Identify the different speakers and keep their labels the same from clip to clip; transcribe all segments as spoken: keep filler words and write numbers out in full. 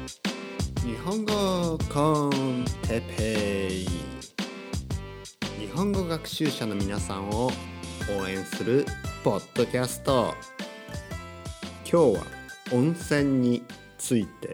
Speaker 1: 日本語コンテペイ。日本語学習者の皆さんを応援するポッドキャスト。今日は温泉について。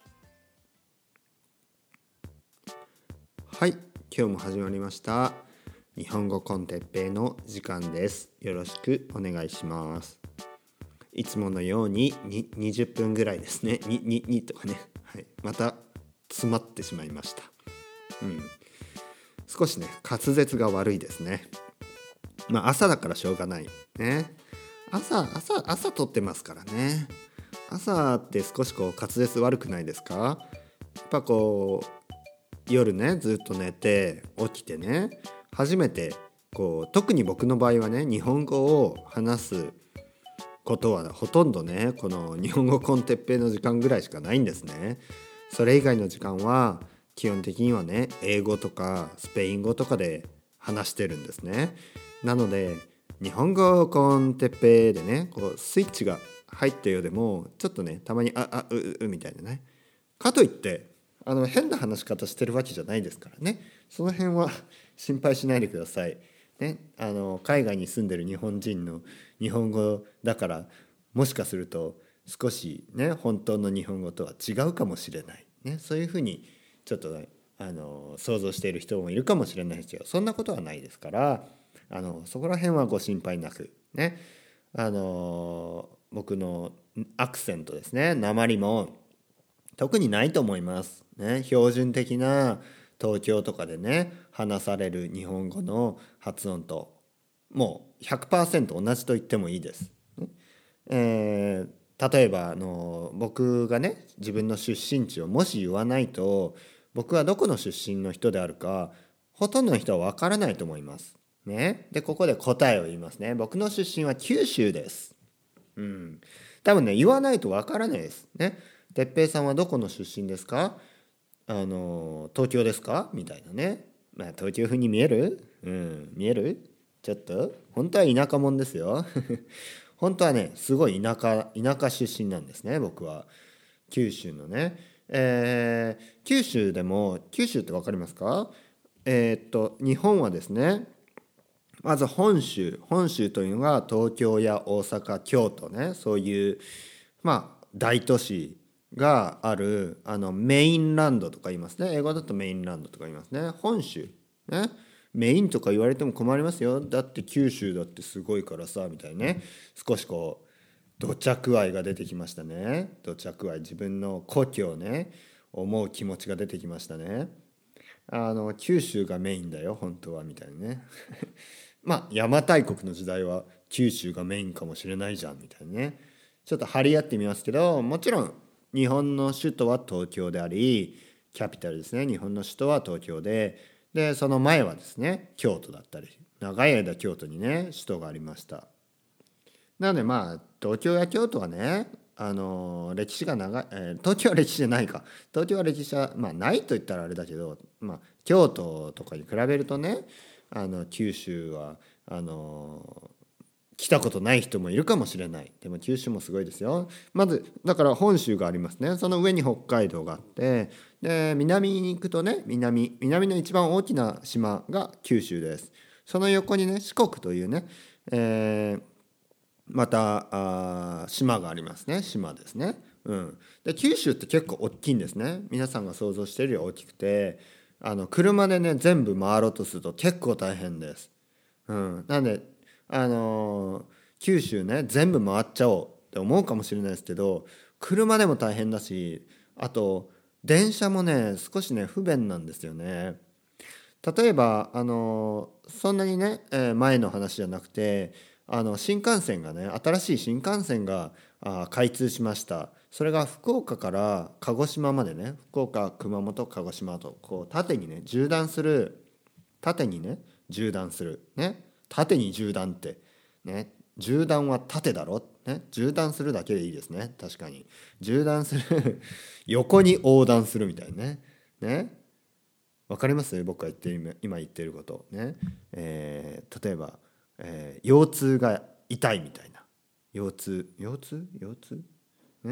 Speaker 1: はい、今日も始まりました日本語コンテペイの時間です。よろしくお願いします。いつものようにににじゅっぷんぐらいですね。に、に、にとかね、はい、また詰まってしまいました。うん、少しね滑舌が悪いですね。まあ朝だからしょうがないね。朝朝朝撮ってますからね。朝って少しこう滑舌悪くないですか？やっぱこう夜ねずっと寝て起きてね初めてこう特に僕の場合はね日本語を話すことはほとんどねこの日本語コンテッペイの時間ぐらいしかないんですね。それ以外の時間は基本的にはね英語とかスペイン語とかで話してるんですね。なので日本語コンテッペイでねこうスイッチが入ったようでもちょっとねたまにああううみたいなねかといってあの変な話し方してるわけじゃないですからね。その辺は心配しないでくださいね。あの海外に住んでる日本人の日本語だからもしかすると少しね本当の日本語とは違うかもしれない、ね、そういうふうにちょっと、ね、あの想像している人もいるかもしれないですよ。そんなことはないですからあのそこら辺はご心配なくね。あの僕のアクセントですね訛りも特にないと思いますね。標準的な東京とかでね話される日本語の発音ともう ひゃくパーセント 同じと言ってもいいです、えー、例えばあの僕がね自分の出身地をもし言わないと僕はどこの出身の人であるかほとんどの人は分からないと思いますね。でここで答えを言いますね。僕の出身は九州です。うん、多分ね言わないと分からないですね。哲平さんはどこの出身ですか？あの東京ですかみたいなね。まあ東京風に見える？うん見える？ちょっと本当は田舎者ですよ本当はねすごい田舎田舎出身なんですね。僕は九州のね、えー、九州でも九州って分かりますか？えー、っと日本はですねまず本州本州というのが東京や大阪京都ねそういうまあ大都市があるあのメインランドとか言いますね。英語だとメインランドとか言いますね。本州ねメインとか言われても困りますよ。だって九州だってすごいからさみたいなね。少しこう土着愛が出てきましたね。土着愛自分の故郷をね思う気持ちが出てきましたね。あの九州がメインだよ本当はみたいなねまあ邪馬台国の時代は九州がメインかもしれないじゃんみたいなね。ちょっと張り合ってみますけどもちろん日本の首都は東京でありキャピタルですね日本の首都は東京ででその前はですね京都だったり長い間京都にね首都がありました。なのでまあ東京や京都はねあの歴史が長い、えー、東京は歴史じゃないか東京は歴史はまあないと言ったらあれだけど、まあ、京都とかに比べるとねあの九州はあの来たことない人もいるかもしれない。でも九州もすごいですよ。まずだから本州がありますね。その上に北海道があってで南に行くとね南南の一番大きな島が九州です。その横にね四国というね、えーまたあ島がありますね。島ですね、うん、で九州って結構大きいんですね。皆さんが想像しているより大きくてあの車でね全部回ろうとすると結構大変です、うん、なんで、あのー九州ね全部回っちゃおうって思うかもしれないですけど車でも大変だしあと電車もね少しね不便なんですよね。例えばあのそんなにね、えー前の話じゃなくてあの新幹線がね新しい新幹線があ開通しました。それが福岡から鹿児島までね福岡熊本鹿児島とこう縦にね縦断する縦にね縦断するね縦に縦断ってね縦断は縦だろね縦断するだけでいいですね。確かに縦断する横に横断するみたいなねねわかります僕が言ってる今言ってることね、えー、例えば、えー、腰痛が痛いみたいな腰痛腰痛腰痛ね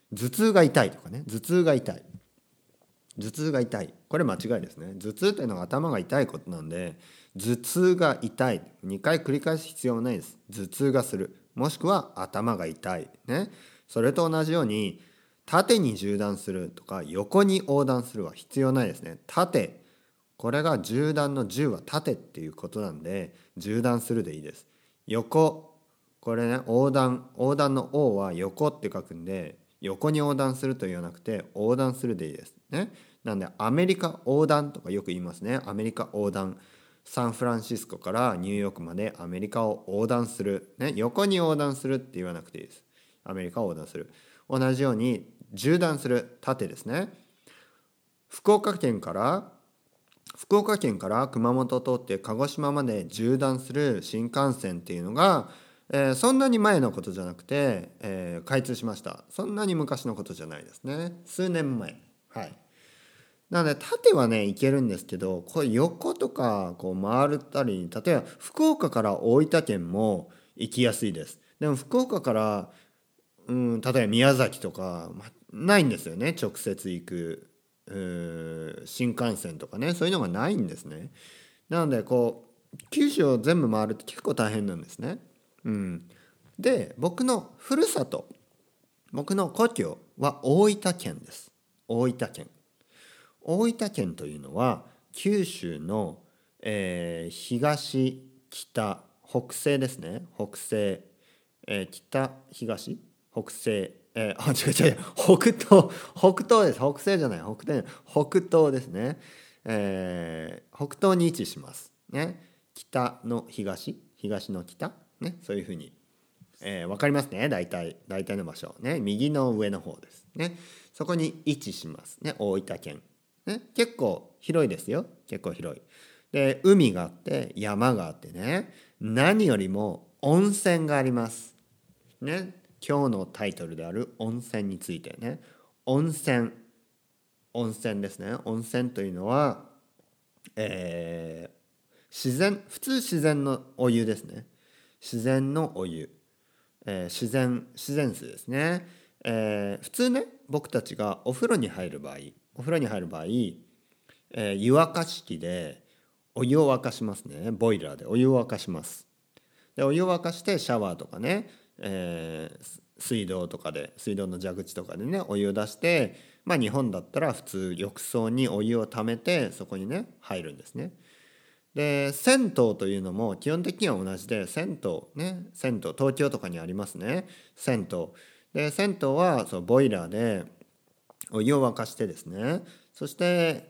Speaker 1: 頭痛が痛いとかね、頭痛が痛い頭痛が痛い、これ間違いですね。頭痛というのは頭が痛いことなんで、頭痛が痛いにかい繰り返す必要はないです。頭痛がする、もしくは頭が痛いね。それと同じように縦に縦断するとか横に横断するは必要ないですね。縦、これが縦断の縦は縦っていうことなんで縦断するでいいです。横、これね、横断、横断の横は横って書くんで横に横断すると言わなくて横断するでいいですね。なんでアメリカ横断とかよく言いますね。アメリカ横断、サンフランシスコからニューヨークまでアメリカを横断する、ね、横に横断するって言わなくていいです。アメリカを横断する。同じように縦断する、縦ですね。福岡県から福岡県から熊本を通って鹿児島まで縦断する新幹線っていうのが、えー、そんなに前のことじゃなくて、えー、開通しました。そんなに昔のことじゃないですね。数年前。はい。なので縦はね行けるんですけど、これ横とかこう回ったり、例えば福岡から大分県も行きやすいです。でも福岡からうん、例えば宮崎とか、ま、ないんですよね。直接行く新幹線とかね、そういうのがないんですね。なのでこう九州を全部回るって結構大変なんですね。うん、で僕のふるさと、僕の故郷は大分県です。大分県大分県というのは九州の、えー東北北西ですね。北西、えー北東北西、えー、あ違う違う北東北東です。北西じゃない、北東北東ですね。えー北東に位置しますね。北の東、東の北ね、そういうふうに、えー、分かりますね。大体大体の場所ね、右の上の方ですね。そこに位置しますね、大分県ね。結構広いですよ。結構広い。で海があって山があってね、何よりも温泉がありますね。今日のタイトルである温泉についてね。温泉温泉ですね。温泉というのは、えー自然、普通自然のお湯ですね。自然のお湯、えー自然自然水ですね。えー普通ね、僕たちがお風呂に入る場合お風呂に入る場合、えー湯沸かし器でお湯を沸かしますね。ボイラーでお湯を沸かします。でお湯を沸かしてシャワーとかね、えー水道とかで水道の蛇口とかでねお湯を出して、まあ日本だったら普通浴槽にお湯をためてそこにね入るんですね。で銭湯というのも基本的には同じで、銭湯ね、銭湯東京とかにありますね、銭湯で。銭湯はそのボイラーでお湯を沸かしてですね、そして、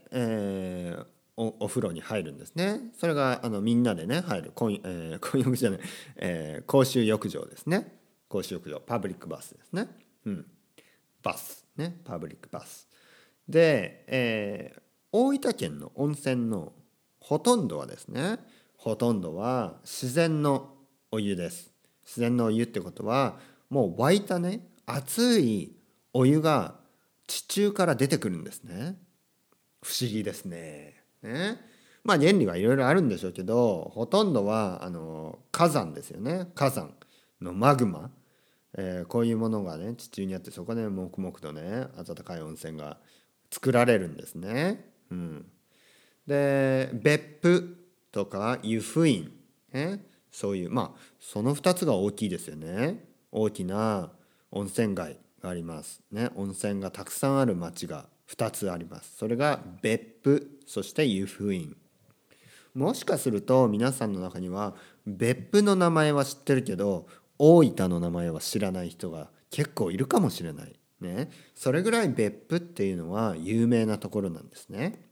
Speaker 1: えーお、お風呂に入るんですね。それがあのみんなでね入る混、えー、混浴じゃない、えー公衆浴場ですね。公衆浴場、パブリックバスですね。うん、バスね、パブリックバスで、えー大分県の温泉のほとんどはですね、ほとんどは自然のお湯です。自然のお湯ってことはもう沸いたね熱いお湯が地中から出てくるんですね。不思議ですね。ね。まあ原理はいろいろあるんでしょうけど、ほとんどはあの火山ですよね。火山のマグマ、えーこういうものがね地中にあって、そこで黙々とね温かい温泉が作られるんですね。うん、で別府とか湯布院、ね、そういうまあそのふたつが大きいですよね。大きな温泉街がありますね。温泉がたくさんある町がふたつあります。それが別府、そして湯布院。もしかすると皆さんの中には別府の名前は知ってるけど大分の名前は知らない人が結構いるかもしれないね。それぐらい別府っていうのは有名なところなんですね。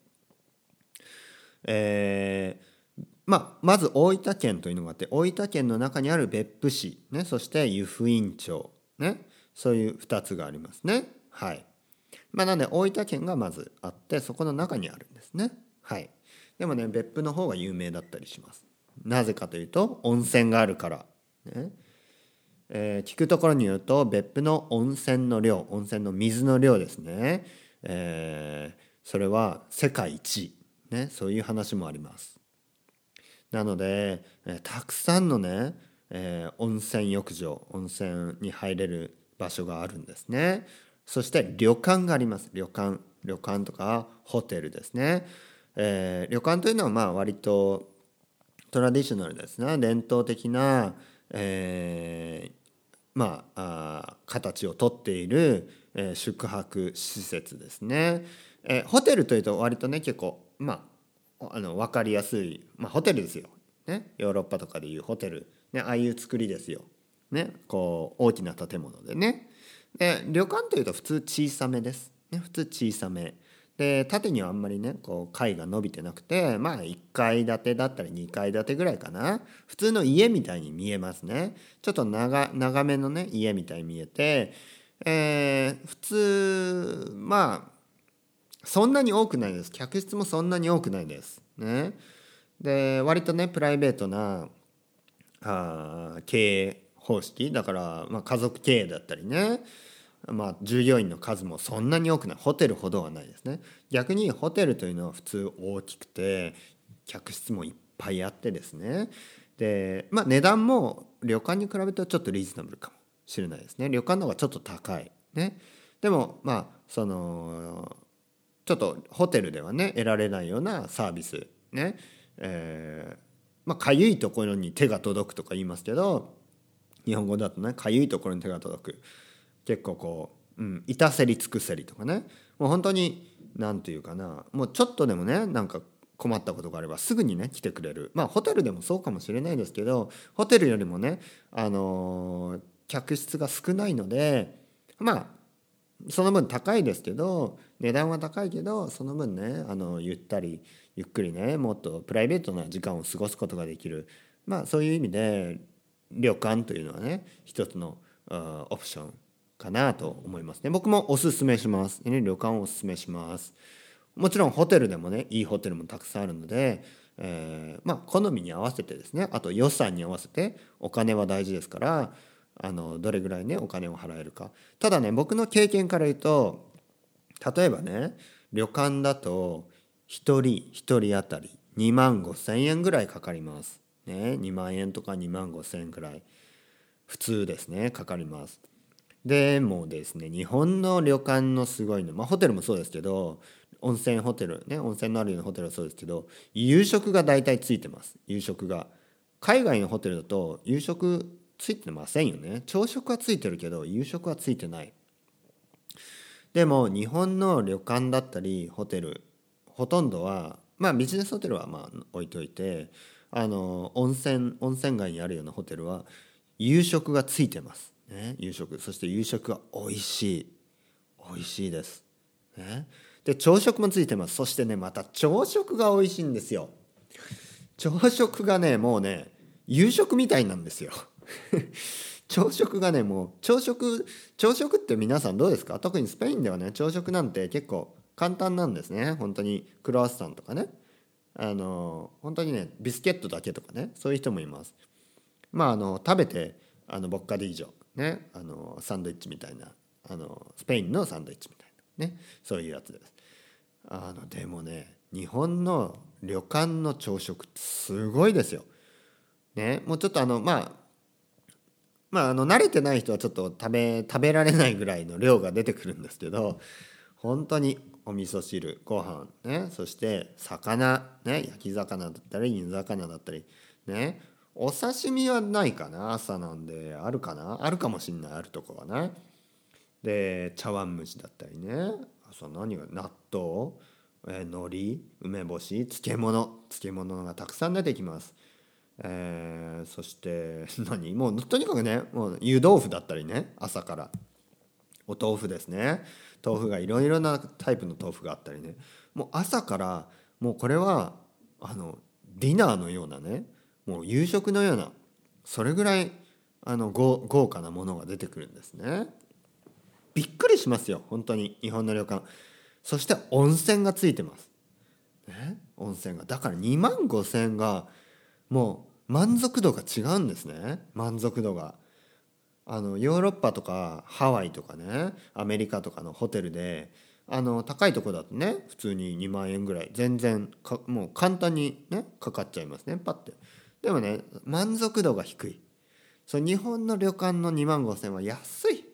Speaker 1: えーまあ、まず大分県というのがあって、大分県の中にある別府市、ね、そして湯布院町、ね、そういうふたつがありますね。はい。まあ、なので大分県がまずあって、そこの中にあるんですね。はい。でもね別府の方が有名だったりします。なぜかというと温泉があるから、ね。えー聞くところによると別府の温泉の量、温泉の水の量ですね、えーそれは世界一、ね、そういう話もあります。なので、えーたくさんのね、えー温泉浴場、温泉に入れる場所があるんですね。 そして旅館があります。旅館旅館とかホテルですね。えー旅館というのはまあ割とトラディショナルですね。伝統的な、えーまあ、あ形をとっている、えー宿泊施設ですね。えーホテルというと割とね結構まああの分かりやすい、まあ、ホテルですよ、ね、ヨーロッパとかでいうホテル、ね、ああいう作りですよ、ね、こう大きな建物でね。で旅館というと普通小さめです、ね、普通小さめで縦にはあんまりねこう階が伸びてなくて、まあいっかい建てだったりにかい建てぐらいかな。普通の家みたいに見えますね。ちょっと長長めのね家みたいに見えて、えー普通まあそんなに多くないです。客室もそんなに多くないですね。で割とねプライベートなあー経営方式だから、まあ、家族経営だったりね、まあ、従業員の数もそんなに多くない。ホテルほどはないですね。逆にホテルというのは普通大きくて客室もいっぱいあってですね。で、まあ、値段も旅館に比べるとちょっとリーズナブルかもしれないですね。旅館の方がちょっと高いね。でもまあそのちょっとホテルではね得られないようなサービスね、えーまあかゆいところに手が届くとか言いますけど、日本語だとねかゆいところに手が届く、結構こう、うん、いたせり尽くせりとかね、もう本当に何て言うかな、もうちょっとでもねなんか困ったことがあればすぐにね来てくれる。まあホテルでもそうかもしれないですけど、ホテルよりもねあのー客室が少ないので、まあその分高いですけど、値段は高いけどその分ねあのゆったりゆっくりねもっとプライベートな時間を過ごすことができる、まあそういう意味で旅館というのはね一つのあオプションかなと思いますね。僕もおすすめします、ね、旅館をおすすめします。もちろんホテルでもねいいホテルもたくさんあるので、えーまあ好みに合わせてですね、あと予算に合わせてお金は大事ですから、あのどれぐらいねお金を払えるか。ただね僕の経験から言うと、例えばね旅館だとひとりひとり当たりにまんごせんえんぐらいかかりますね。にまんえんとかにまんごせんえんぐらい普通ですねかかります。でもですね日本の旅館のすごいの、まあホテルもそうですけど、温泉ホテルね温泉のあるようなホテルはそうですけど、夕食が大体ついてます。夕食が海外のホテルだと夕食ついてませんよね。朝食はついてるけど夕食はついてない。でも日本の旅館だったりホテルほとんどは、まあビジネスホテルはまあ置いといて、あの温泉温泉街にあるようなホテルは夕食がついてますね。夕食、そして夕食が美味しい美味しいです、ね、で朝食もついてます。そしてねまた朝食が美味しいんですよ。朝食がねもうね夕食みたいなんですよ。朝食がねもう朝食朝食って皆さんどうですか？特にスペインではね朝食なんて結構簡単なんですね。本当にクロワッサンとかね、あの本当にねビスケットだけとかね、そういう人もいます。まああの食べてあのボッカディージョね、あのサンドイッチみたいな、あのスペインのサンドイッチみたいなね、そういうやつです。あのでもね日本の旅館の朝食ってすごいですよ。ね、もうちょっとあのまあまああの慣れてない人はちょっと食べ食べられないぐらいの量が出てくるんですけど、本当にお味噌汁ご飯ね、そして魚ね、焼き魚だったり煮魚だったりね、お刺身はないかな、朝なんで。あるかな、あるかもしんない、あるとこはね。で茶碗蒸しだったりね、朝何が納豆、えー、海苔、梅干し、漬物漬物がたくさん出てきます。えーそして何もうとにかくねもう湯豆腐だったりね、朝からお豆腐ですね。豆腐がいろいろなタイプの豆腐があったりね、もう朝からもうこれはあのディナーのようなね、もう夕食のような、それぐらいあの豪豪華なものが出てくるんですね。びっくりしますよ本当に日本の旅館。そして温泉がついてます、ね、温泉がだからにまんごせんえんがもう満足度が違うんですね。満足度があのヨーロッパとかハワイとかねアメリカとかのホテルで、あの高いところだとね普通ににまんえんぐらい全然かもう簡単にねかかっちゃいますねパッて。でもね満足度が低い。そう日本の旅館のにまんごせんは安い。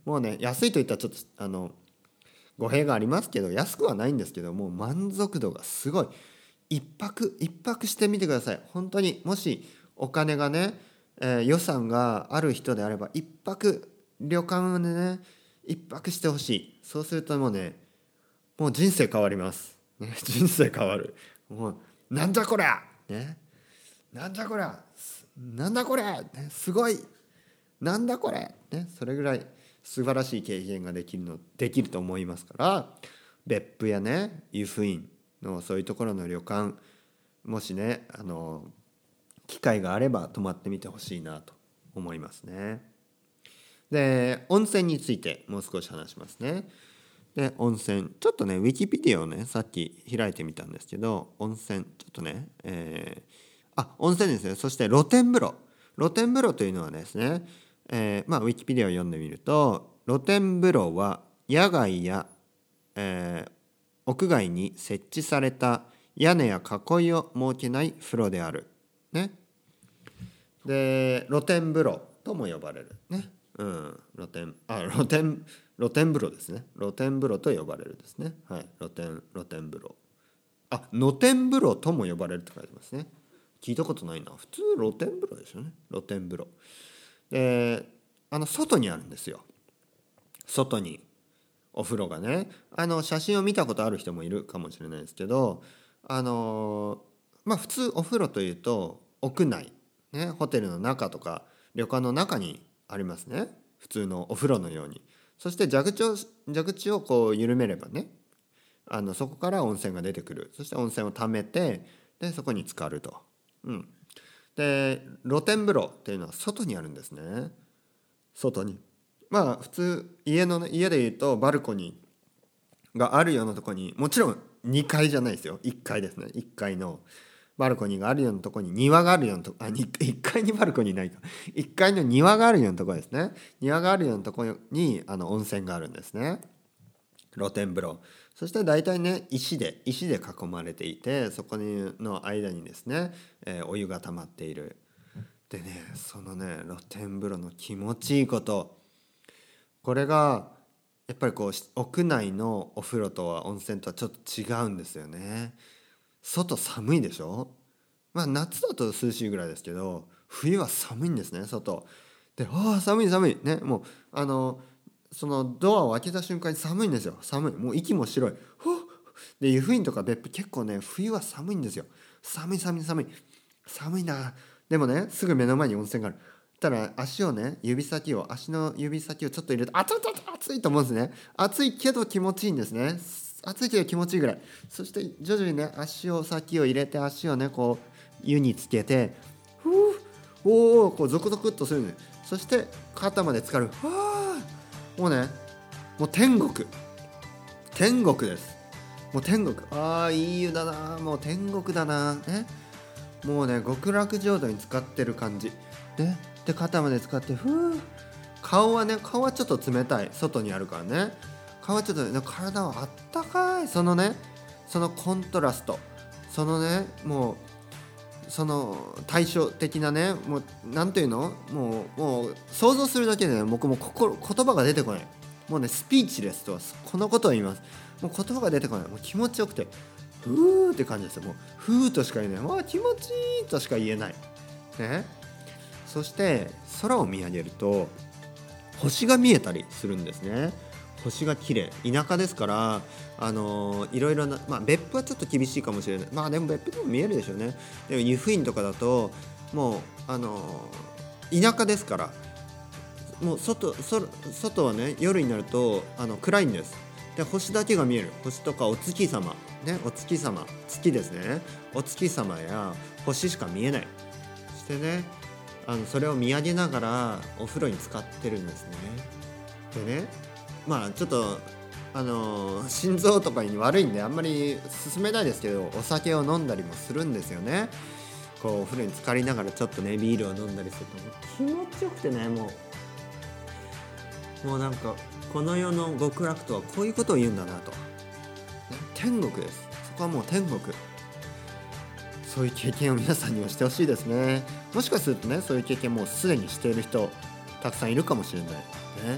Speaker 1: もうね安いといったらちょっとあの語弊がありますけど、安くはないんですけど、もう満足度がすごい。一泊一泊してみてください。本当にもしお金がね、えー予算がある人であれば一泊旅館でね一泊してほしい。そうするともうねもう人生変わります、ね、人生変わる。もうなんだこりゃ、ね、なんだこりゃ、なんだこれ、ね、すごい、なんだこれ、ね、それぐらい素晴らしい経験ができるのできると思いますから、別府やね湯布院のそういうところの旅館、もしねあの機会があれば泊まってみてほしいなと思いますね。で温泉についてもう少し話しますね。で温泉ちょっとねウィキペディアをねさっき開いてみたんですけど、温泉ちょっとね、えー、あ温泉ですね。そして露天風呂露天風呂というのはですね、えー、まあウィキペディアを読んでみると、露天風呂は野外や、えー、屋外に設置された屋根や囲いを設けない風呂であるね。で露天風呂とも呼ばれるね。うん、露天あ露天露天風呂ですね。露天風呂と呼ばれるですね。はい、露天露天風呂。あ、露天風呂とも呼ばれるって書いてますね。聞いたことないな。普通露天風呂ですよね。露天風呂。で、あの外にあるんですよ。外にお風呂がね。あの写真を見たことある人もいるかもしれないですけど、あのまあ普通お風呂というと屋内ね、ホテルの中とか旅館の中にありますね。普通のお風呂のように。そして蛇口を蛇口をこう緩めればね、あのそこから温泉が出てくる。そして温泉を溜めて、でそこに浸かると。うん。で露天風呂っていうのは外にあるんですね。外に。まあ普通家のね家でいうとバルコニーがあるようなところに、もちろんにかいじゃないですよ。いっかいですね。いっかいのバルコニーがあるようなところに庭があるようなとこ、あ、いっかいにバルコニーないか。いっかいの庭があるようなところですね。庭があるようなところにあの温泉があるんですね。露天風呂。そして大体ね石で石で囲まれていて、そこの間にですね、えーお湯が溜まっている。でねそのね露天風呂の気持ちいいこと、これがやっぱりこう屋内のお風呂とは温泉とはちょっと違うんですよね。外寒いでしょ。まあ夏だと涼しいぐらいですけど、冬は寒いんですね外で。ああ寒い寒いね。もうあのそのドアを開けた瞬間に寒いんですよ。寒い、もう息も白い。ふっで湯布院とか別府結構ね冬は寒いんですよ。寒い寒い寒い寒いな。でもねすぐ目の前に温泉がある。たら足をね指先を足の指先をちょっと入れて熱い熱い熱いと思うんですね。熱いけど気持ちいいんですね。熱いけど気持ちいいぐらい。そして徐々にね足を先を入れて足をねこう湯につけて、ふうおおこうゾクゾクっとするね。そして肩まで浸かる。はあもうねもう天国天国です。もう天国。ああいい湯だな。もう天国だなね。もうね極楽浄土に浸かってる感じで、で肩まで使ってふう顔はね顔はちょっと冷たい、外にあるからね。顔はちょっと、ね、体はあったかい。そのねそのコントラスト、そのねもうその対照的なね、もうなんていうの、もうもう想像するだけでね僕も心言葉が出てこない。もうねスピーチレスとはこのことを言います。もう言葉が出てこない。もう気持ちよくてふーって感じですよ。もうふーとしか言えない。わあ気持ちいいとしか言えないね。そして空を見上げると星が見えたりするんですね。星が綺麗。田舎ですからあのー、いろいろな、まあ別府はちょっと厳しいかもしれない。まあでも別府でも見えるでしょうね。でも湯布院とかだともうあのー、田舎ですからもう 外, 外はね夜になるとあの暗いんです。で星だけが見える。星とかお月様ね、お月様月ですね。お月様や星しか見えない。そしてねあのそれを見上げながらお風呂に浸かってるんですね。でねまあちょっとあのー心臓とかに悪いんであんまり勧めないですけど、お酒を飲んだりもするんですよね。こうお風呂に浸かりながらちょっとねビールを飲んだりすると気持ちよくてね、もうもうなんかこの世の極楽とはこういうことを言うんだなと、ね、天国です。そこはもう天国。そういう経験を皆さんにはしてほしいですね。もしかするとねそういう経験もうすでにしている人たくさんいるかもしれない、ね、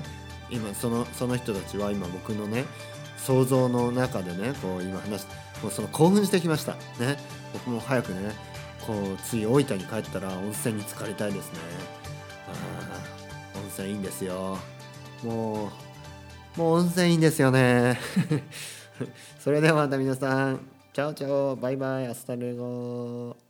Speaker 1: 今そのその人たちは今僕のね想像の中でねこう今話しもうその興奮してきましたね。僕も早くねこう次大分に帰ったら温泉に浸かりたいですね。あー温泉いいんですよ。もうもう温泉いいんですよね。それではまた皆さんチャオチャオバイバイアスタルゴ。